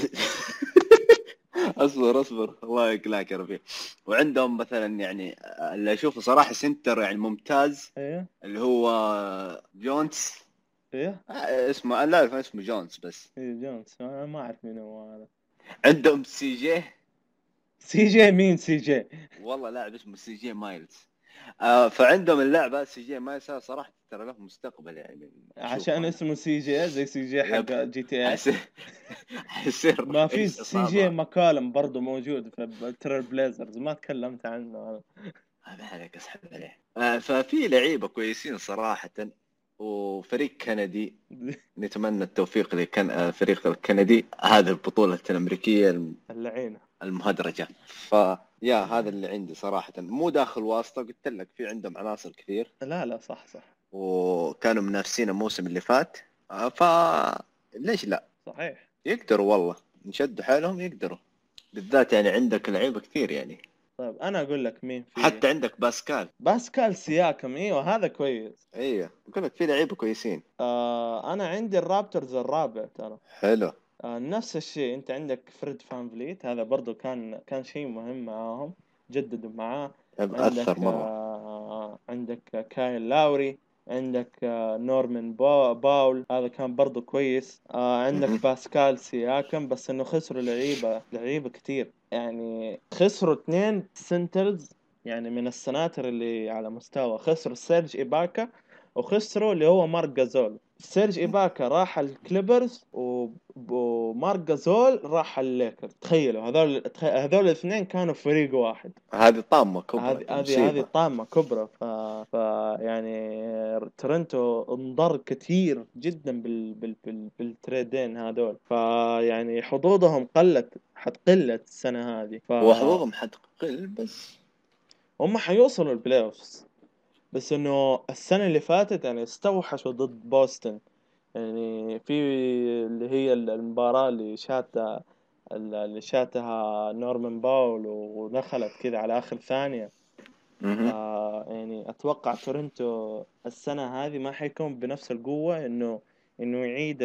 اصبر الله يقلاك يا ربيع. وعندهم مثلا يعني اللي اشوفه صراحة سنتر يعني ممتاز أيوة اللي هو جونز. أيوة. اسمه انا لا اعرف اسمه جونز بس. أيوة جونز أنا ما أعرف مين هو هذا. عندهم سي جي. سي جي مين سي جي؟ والله لاعب اسمه سي جي مايلز. فعندهم اللاعب سي جي مايلز صراحة ترى له مستقبل يعني. عشان اسمه سي جي زي سي جي حق يب. جي تي اي. حيصير ما في رئيس سي جي عصابة. ماكالم برضو موجود في تريل بليزرز ما تكلمت عنه أنا. هذا عليك اسحب عليه. ففي لعيبة كويسين صراحة. وفريق كندي نتمنى التوفيق لكن فريق الكندي هذه البطولة الأمريكية اللعينة. المهدرجة. هذا اللي عندي صراحة، مو داخل واسطة. قلت لك في عندهم عناصر كثير لا صح وكانوا منافسين الموسم اللي فات. ليش لا، صحيح. يقدروا والله نشدوا حالهم يقدروا. بالذات يعني عندك لعيبة كثير يعني. طيب أنا أقول لك مين في. حتى عندك باسكال. باسكال سياكم أيوة هذا كويس. ايوه اقول لك في لعيبة كويسين. أنا عندي الرابترز الرابع ترى. حلو. نفس الشيء أنت عندك فريد فان فليت هذا برضو كان شيء مهم معاهم، جددوا معاه. عندك أثر مرة. عندك كايل لاوري، عندك نورمان باول هذا كان برضو كويس. عندك باسكال سياكم بس انه خسروا لعيبة كتير يعني. خسروا 2 سنترز يعني من السناتر اللي على مستوى. خسروا سيرج إيباكا وخسروا اللي هو مارك جازول. سيرج إيباكا راح الكليبرز ومارك جازول راح الليكرز. تخيلوا هذول الاثنين كانوا فريق واحد. هذه طامة كبرى، هذه مصيبة. طامة كبرى. يعني تورنتو انضر كثير جدا بالتريدين هذول. فيعني حظوظهم حتقل السنة هذه. هو حظوظهم حتقل بس هم حيوصلوا البلاي اوفز. بس انه السنة اللي فاتت يعني استوحشوا ضد بوسطن. يعني في اللي هي المباراة اللي شاتها نورمان باول ودخلت كذا على آخر ثانية. يعني أتوقع تورنتو السنة هذه ما حيكون بنفس القوة إنه يعيد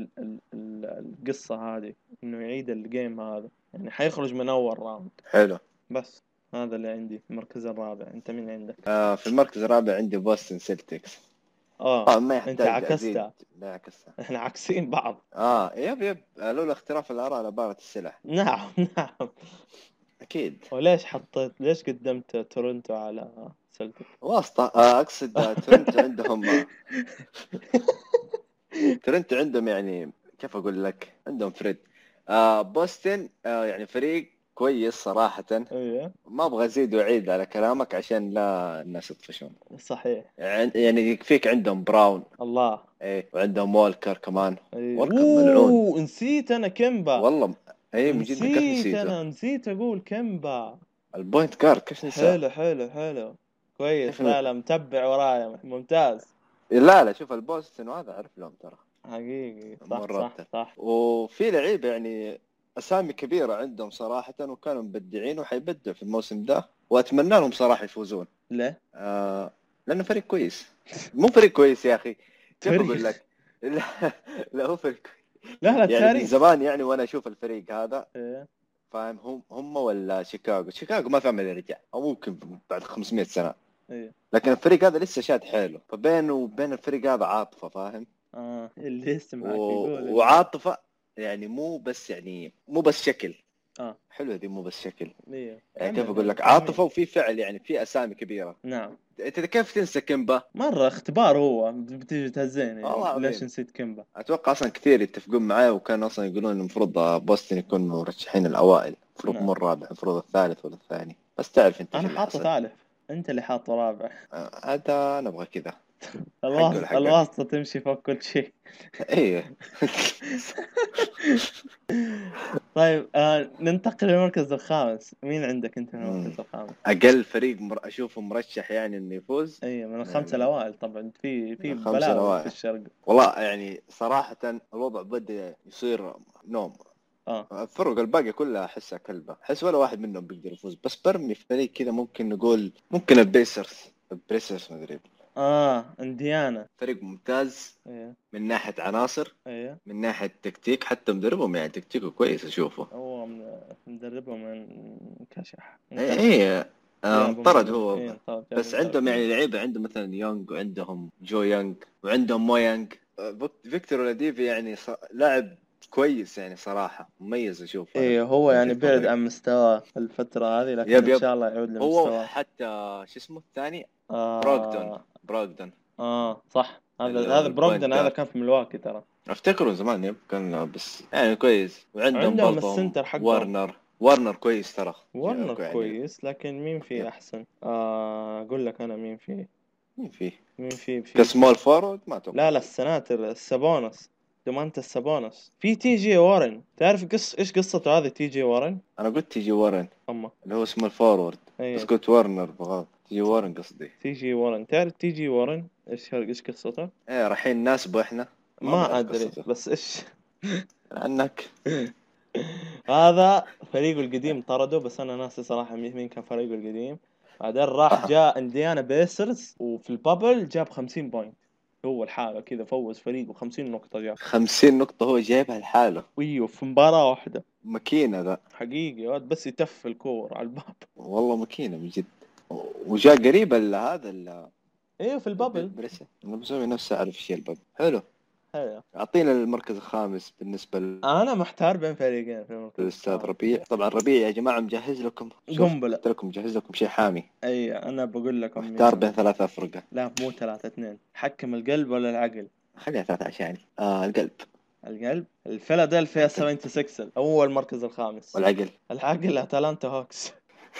القصة هذه، إنه يعيد الجيم هذا. يعني حيخرج من أول راوند. حلو. بس هذا اللي عندي في المركز الرابع. أنت مين عندك؟ في المركز الرابع عندي بوستن سيلتكس. ما أنت يحتاج أزيد. عكستها. لا عكسها. إحنا عكسين بعض. يب لولا اختلاف الآراء لبارة السلح. نعم نعم. أكيد. ليش قدمت تورنتو على سلتك؟ واسطة. أقصد تورنتو عندهم تورنتو عندهم يعني كيف اقول لك، عندهم فريد. بوسطن يعني فريق كويس صراحة. ايوه ما ابغى ازيد واعيد على كلامك عشان لا الناس يطفشون. صحيح. يعني يكفيك عندهم براون. الله. ايه، وعندهم والكر كمان. أيوة. والكر ملعون. نسيت انا كيمبا. والله ايه من جد كيف نسيته. نسيت اقول كيمبا. البوينت جارد كيف ننساه. حلو كويس. كيف لا متبع ورايا ممتاز. لا شوف البوستن وهذا اعرف لهم ترى حقيقي مرات. صح. وفي لعيبه يعني اسامي كبيره عندهم صراحه، وكانوا مبدعين وحيبدعوا في الموسم ده، واتمنى لهم صراحه يفوزون. ليه؟ لانه فريق كويس. مو فريق كويس يا اخي، كيف اقول تاريخ. لك. لا, لا هو فريق لا يعني من تاريخ. زمان يعني وانا اشوف الفريق هذا. إيه. فاهم، هم ولا شيكاغو ما في امل يرجع، او ممكن بعد 500 سنه. ايه. لكن الفريق هذا لسه شاد حيله، فبينه وبين الفريق هذا عاطفه، فاهم. اللي يسمعك يقول اللي. وعاطفه يعني مو بس شكل. اه حلوه دي، مو بس شكل. ايه يعني كيف اقول كمل لك، فاهمين. عاطفه وفي فعل، يعني في اسامي كبيره. نعم. انت كيف تنسى كيمبا؟ مرة اختبار هو بتيجي تهزيني والله ليش العظيم نسيت كيمبا. اتوقع اصلا كثير يتفقون معي، وكان اصلا يقولون إن المفروض بوسطن يكون مرشحين الاوائل، المفروض نعم. مو الرابع، المفروض الثالث ولا الثاني، بس تعرف انت ايش انا اللي حاطه حصل. ثالث. انت اللي حاطه رابع. هذا انا ابغى كذا. حقه ولا حقك. الواسطة تمشي فوق كل شيء. ايه. طيب ننتقل للمركز الخامس. مين عندك انت في مم. المركز الخامس؟ اقل فريق اشوفه مرشح يعني انه يفوز. اي من الخمسة من الاوائل طبعا. في الخمسه بلاوي في الاوائل. الشرق. والله يعني صراحه الوضع بدأ يصير نوم. اه الفرق الباقية كلها أحسها كلبة، أحس ولا واحد منهم بيقدر يفوز، بس برمي فريق كذا ممكن نقول، ممكن البيسرز ما أدري. انديانا. فريق ممتاز ايه من ناحية عناصر، ايه. من ناحية تكتيك، حتى مدربهم يعني تكتيكه كويس أشوفه. هو مدربه من كشح إيه انكشح. جابوا انطرد مدرب هو. ايه طب جابوا بس مدرب عندهم جديد. يعني لعيبة، عندهم مثلا يونغ، وعندهم جو يونغ، وعندهم مو يونغ. فيكتور اولاديفي يعني لاعب كويس يعني صراحة، مميز أشوفه أنا ايه هو من يعني ذي بعد الفريق. عن مستواه الفترة هذه لكن يب ان يب. شاء الله يعود هو لمستواه. حتى شو اسمه الثاني، براغدون. آه براغدون صح. اللي هذا هو البوينت بروغدن هذا جارد. كان في ملواكي ترى. افتكره زمان يب كان، بس يعني كويس. وعندهم عندهم برضه السنتر حقهم. وارنر كويس ترى. ورنر يعني كويس لكن مين يب. فيه احسن؟ اقول لك انا مين فيه. مين فيه مين فيه كسمول فورورد؟ ما اتوقع لا فيه. السناتر السابونس. دومانتا السابونس في تي جي وارن. تعرف ايش قصته هذا تي جي وارن؟ انا قلت تيجي وارن اما اللي هو اسمه الفورورد، بس اي قلت وارنر بغلط، تيجي وارن قصدي. تي جي وارن. تعرف تي جي وارن ايش قصته؟ ايه رايحين ناسبه احنا. ما ما بعرف ادري قصته بس ايش. عنك. هذا فريقه القديم طرده بس انا ناسي صراحة مين كان فريقه القديم. بعدين راح آه. جاء انديانا بيسرز وفي البابل جاب 50 بوينت. هو الحالة كذا فوز فريقه 50 نقطة جاب. 50 نقطة هو جايبها لحاله. ويو في مباراة واحدة. ماكينة ذا. حقيقي واد بس يتف الكور على الباب. والله ماكينة من جد. وجاء قريب هذا ايوه في البابل. بريسة، انا مسوي نفسي اعرف شيء الباب. حلو. هيا. اعطينا المركز الخامس بالنسبة انا محتار بين فريقين في المركز للاستاذ الخامس. ربيع. طبعا ربيع يا جماعة مجهز لكم، شوف قنبلة. قلت لكم مجهز لكم شيء حامي. اي انا بقول لكم محتار مين. بين ثلاثة أفرقة. لا مو 3-2. حكم القلب ولا العقل؟ خليها ثلاثة عشاني القلب. القلب. الفيلادلفيا القلب 76 هو المركز الخامس. والعقل. العقل اتلانتا هوكس.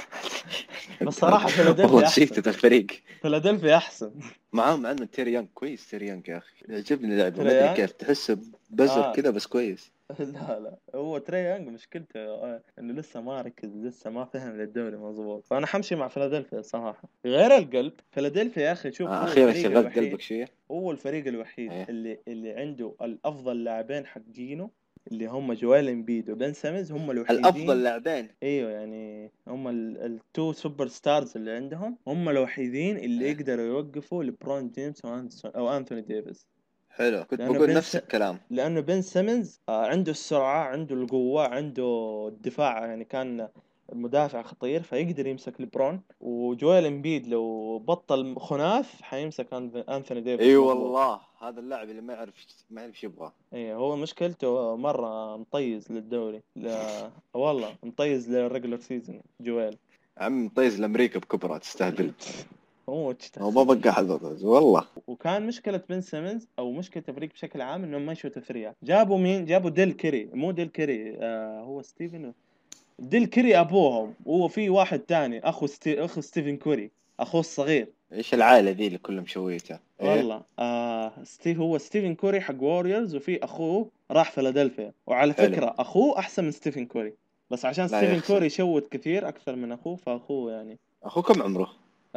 بس صراحة والله فيلادلفيا احسن. نسيت الفريق. فيلادلفيا احسن. معاهم عنه تيري يانج كويس. تيري يانج يا اخي يعجبني لعبه، ما ادري تريان. كيف تحسه بزر اه كذا بس كويس. لا هو تري يانج مشكلته انه لسه ما ركز لسه ما فهم للدوري مظبوط فانا حمشي مع فيلادلفيا صراحة. غير القلب فيلادلفيا يا اخي شوف هو اخيرا الفريق شغلت الوحيد. قلبك شويه. هو الفريق الوحيد ايه. اللي عنده الافضل لاعبين حقينه اللي هم جويل امبيد وبن سيمنز هم الافضل الوحيدين. لاعبين. ايوه يعني هم التو سوبر ستارز اللي عندهم هم الوحيدين اللي ايه. يقدروا يوقفوا لبرون جيمس او انثوني ديفيس. حلو، كنت لانه بقول نفس الكلام. لانه بن سيمنز عنده السرعه عنده القوه عنده الدفاع يعني كان مدافع خطير فيقدر يمسك لبرون. وجويل امبيد لو بطل خناف حيمسك انثوني اي ديفيس مظبوط. والله هذا اللاعب اللي ما يعرف شو يبغى. ايه هو مشكلته مره مطيز للدوري والله مطيز للريجولر سيزون جويل. عم طيز لامريكا بكبرى تستهبل. هو ما بقى حد والله. وكان مشكلة بن سيمنز أو مشكلة الفريق بشكل عام إنهم ما يشوتوا ثريات. جابوا مين؟ جابوا ديل كيري، مو ديل كيري، هو ستيفن ديل كيري أبوهم، وهو في واحد تاني أخو ستيفن كوري، أخوه الصغير. ايش العائله ذي اللي كلهم شويتها ايه. والله هو ستيفن كوري حق ووريرز، وفي أخوه راح فيلادلفيا، وعلى حلو. فكرة أخوه أحسن من ستيفن كوري، بس عشان لا ستيفن يخسى. كوري شوت كثير أكثر من أخوه، فأخوه يعني اخوه كم عمره؟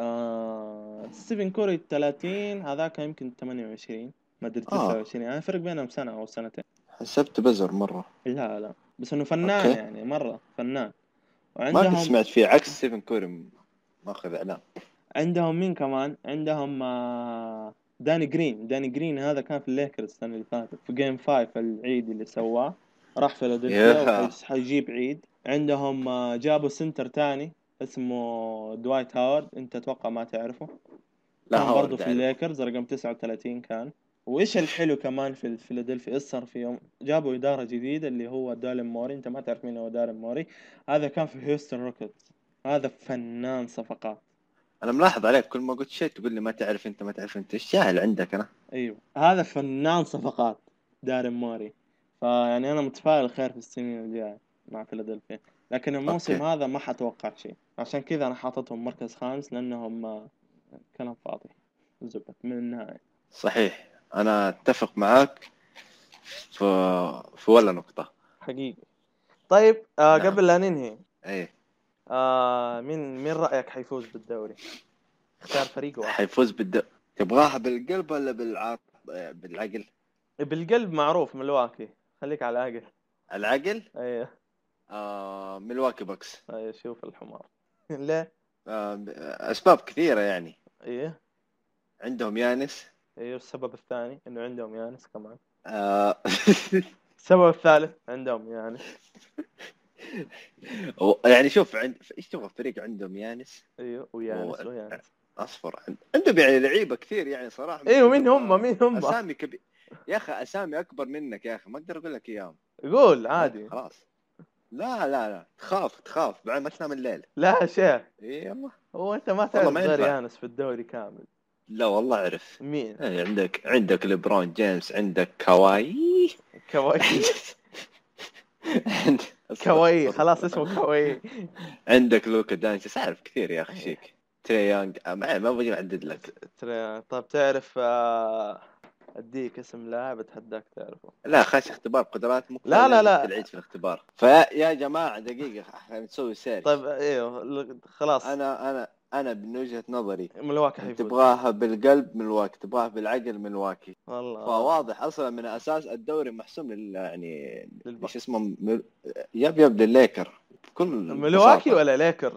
ستيفن كوري 30، هذاك يمكن 28، ما ادري اه 29، يعني فرق بينهم سنة او سنتين. حسبت بزر مره. لا لا، بس انه فنان اوكي. يعني، مرة فنان. ما قد وعندهم سمعت فيه عكس ستيفن كوري ماخذ اعلام. عندهم مين كمان؟ عندهم داني جرين هذا كان في الليكرز السنة اللي فاتت في جيم 5 العيد اللي سواه، راح فيلادلفيا ياها. وحيجيب عيد. عندهم جابوا سنتر تاني اسمه دوايت هاورد، انت اتوقع ما تعرفه، لا كان برضو هاورد في اعرفه. الليكرز رقم 39 كان. وايش الحلو كمان في فيلادلفيا، ايش صار في يوم جابوا اداره جديده اللي هو دارين موري، انت ما تعرف مين هو دارين موري؟ هذا كان في هيوستن روكيتس، هذا فنان صفقات. انا ملاحظ عليك كل ما قلت شيء تقول لي ما تعرف انت ما تعرف انت، ايش جاهل عندك انا. ايوه هذا فنان صفقات دارين موري. فيعني انا متفائل خير في السنين الجايه مع فيلادلفيا، لكن اوكي. الموسم هذا ما حتوقع شيء، عشان كذا انا حاططهم مركز خامس، لانهم كلام فاضي، زبط من النهايه. صحيح انا اتفق معاك في ولا نقطة. حقيقي. طيب نعم. قبل لا ننهي، ايه. مين رأيك حيفوز بالدوري؟ اختار فريق واحد. حيفوز تبغاها بالقلب ولا بالعقل؟ بالقلب معروف ملواكي، خليك على العقل. العقل. ايه. ميلواكي بوكس. ايه شوف الحمار. ليه؟ اسباب كثيرة يعني. ايه. عندهم يانس. ايه السبب الثاني انه عندهم يانس كمان. آه، السبب الثالث عندهم يانس. يعني شوف ايش تبغى فريق عندهم يانس ايوه ويانس. اصفر عندهم يعني لعيبه كثير يعني صراحه ايوه كثر مين ما هم؟ مين هم؟ اسامي كبير. يا اخي اسامي اكبر منك يا اخي ما اقدر اقول لك اياهم. قول ما عادي. خلاص. لا تخاف بعد ما تنام الليل. لا يا شيخ، اي يلا. هو انت ما والله تعرف ما غير ينفع. يانس في الدوري كامل. لا والله اعرف. مين؟ عندك ليبرون جيمس عندك كواي. كواي. أصبر. كواي خلاص اسمه كواي. عندك لوكا دانتس اعرف كثير يا اخي شيك. تري يانج ما بجي اعدد لك. طب تعرف اديك اسم لاعب اتحداك تعرفه. لا خش اختبار قدرات مو كفايه لا لا لازم لا. تلعيد في الاختبار فيا جماعه دقيقه نسوي سيرش. طيب ايوه خلاص. انا من وجهه نظري ملواكي انت حيفوز. تبغاها بالقلب ملواكي تبغاها بالعقل ملواكي. والله فواضح اصلا من اساس الدوري محسوم يعني ايش للبكس. اسمه يب للليكر بكل ملواكي بساطه. ولا ليكر؟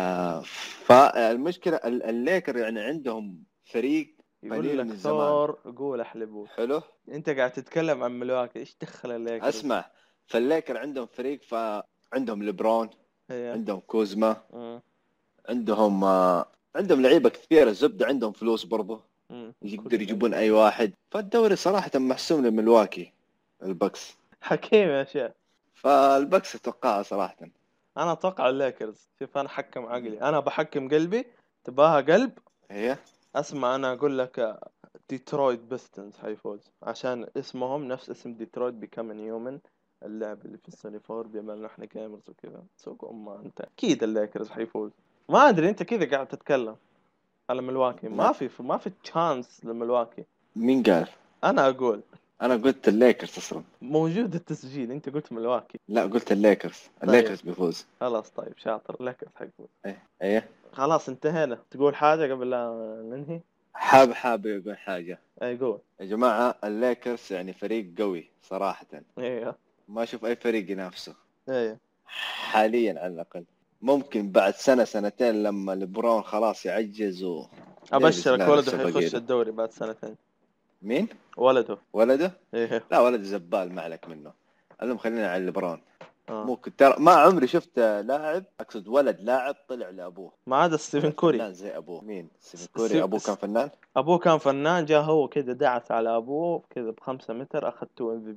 فالمشكله الليكر يعني عندهم فريق يقول قليل لك من زمان. ثور قول احلبوه. حلو. انت قاعد تتكلم عن ملواكي، ايش دخل الليكرز؟ اسمع فالليكر عندهم فريق فعندهم ليبرون هي. عندهم كوزما مم. عندهم عندهم لعيبه كثيره الزبده عندهم فلوس برضه يقدر يجيبون اي واحد. فالدوري صراحه محسوم لملواكي البكس. حكيم يا شيخ. فالبكس اتوقعها صراحه. انا اتوقع الليكرز، شوف انا حكم عقلي، انا بحكم قلبي. تباها قلب؟ هي. اسمع انا اقول لك ديترويت بيستنز حيفوز، عشان اسمهم نفس اسم ديترويت بيكام نيومن، اللاعب اللي في السوني فور، بما انه احنا جيمرز وكذا. سوق انت اكيد الليكرز حيفوز. ما ادري انت كذا قاعد تتكلم على ملواكي، لا ما في تشانس لملواكي. مين قال؟ انا اقول انا قلت الليكرز اصلا. موجود التسجيل، انت قلت ملواكي. لا قلت الليكرز. طيب الليكرز بيفوز. خلاص طيب شاطر، الليكرز حيفوز. ايه. خلاص انتهينا. تقول حاجة قبل لا ننهي؟ حاب يقول حاجه. اي قول. يا جماعه الليكرز يعني فريق قوي صراحه. ايوه. ما اشوف اي فريق ينافسه ايوه حاليا على الاقل. ممكن بعد سنة سنتين لما لبرون خلاص يعجز ديفيس ابشرك لا ولده نفسه حيخش بقيله. الدوري بعد سنتين. مين؟ ولده. ولده؟ ايه. لا ولد زبال ما عليك منه. المهم خلينا على لبرون. اه ممكن ترى ما عمري شفت لاعب اقصد ولد لاعب طلع لابوه. ما عدا ستيفن طلع كوري. فنان زي ابوه. مين؟ ستيفن كوري ابوه كان فنان. ابوه كان فنان، جاء هو كذا دعس على ابوه كذا ب5 متر، اخذ 2 MVP.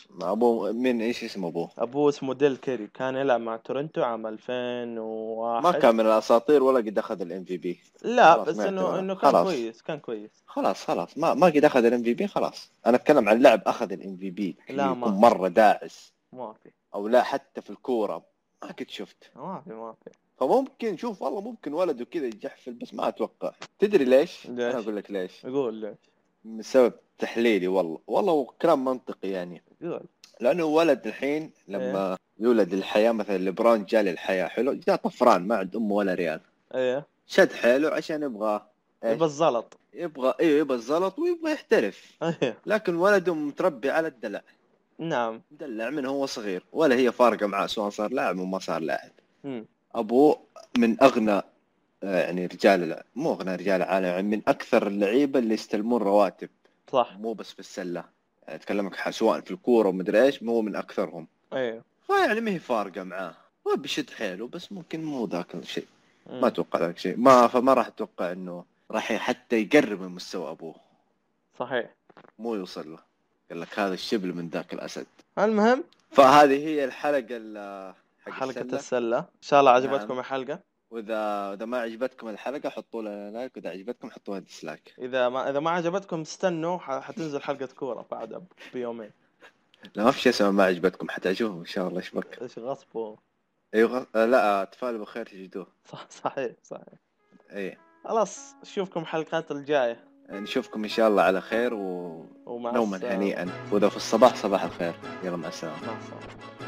ابوه من ايش اسم ابوه؟ ابوه اسمه ديل كيري، كان يلعب مع تورنتو عام ما 2001. كان من الاساطير ولا قد اخذ الام في بي. لا خلاص بس ما انه يعتبر، انه كان خلاص. كويس، كان كويس. خلاص ما قد اخذ الام في بي. خلاص انا اتكلم عن لاعب اخذ الام في بي لا يكون ما في، مره داعس. ما في، او لا حتى في الكوره ما قد شفت. ما في. فممكن شوف والله ممكن ولده كذا يجحفل، بس ما اتوقع. تدري ليش؟ انا ليش؟ اقول لك ليش. يقول ليش. من سبب تحليلي، والله وكلام منطقي يعني. يقول. لانه ولد الحين ايه. لما يولد الحياه، مثلا ليبرون جاء للحياه حلو، جاء طفران ما عند امه ولا ريال. ايه. شد حيله عشان يبغى ايش؟ يبى الزلط. يبغى الزلط ويبغى يحترف. ايه. لكن ولده متربي على الدلع. نعم. مدلع من هو صغير، ولا هي فارقه معاه سواء صار لاعب وما صار لاعب. امم. ابوه من اغنى، يعني رجال، مو اغنى رجال العالم، يعني من اكثر اللعيبه اللي يستلمون رواتب. صح. مو بس في السله، يعني اتكلمك سواء في الكوره ومدري ايش، هو من اكثرهم. ايه. فيعني ما هي فارقه معاه. هو بيشد حيله، بس ممكن مو ذاك الشيء. ما امم. اتوقع ذاك الشيء، فما راح اتوقع انه راح حتى يقرب من مستوى ابوه. صحيح. مو يوصل له. قال لك هذا الشبل من ذاك الاسد. المهم، فهذه هي الحلقه حق حلقة السله. السلة إن شاء الله نعم. عجبتكم الحلقة. واذا ما عجبتكم الحلقه حطوا لنا لايك، واذا عجبتكم حطوا لنا ديسلايك. إذا ما عجبتكم استنوا، حتنزل حلقة كورة بعد بيومين. لا ما في شيء اسمه ما عجبتكم، حتعجبهم ان شاء الله. ايش بك؟ إيش غصبه. ايوه لا، اطفال بخير تجدوه. صحيح صحيح. ايه. خلاص نشوفكم الحلقات الجاية. نشوفكم ان شاء الله على خير ومع ونوما السلامة. هنيئا، واذا في الصباح صباح الخير. يلا مع السلامه. مع السلامة.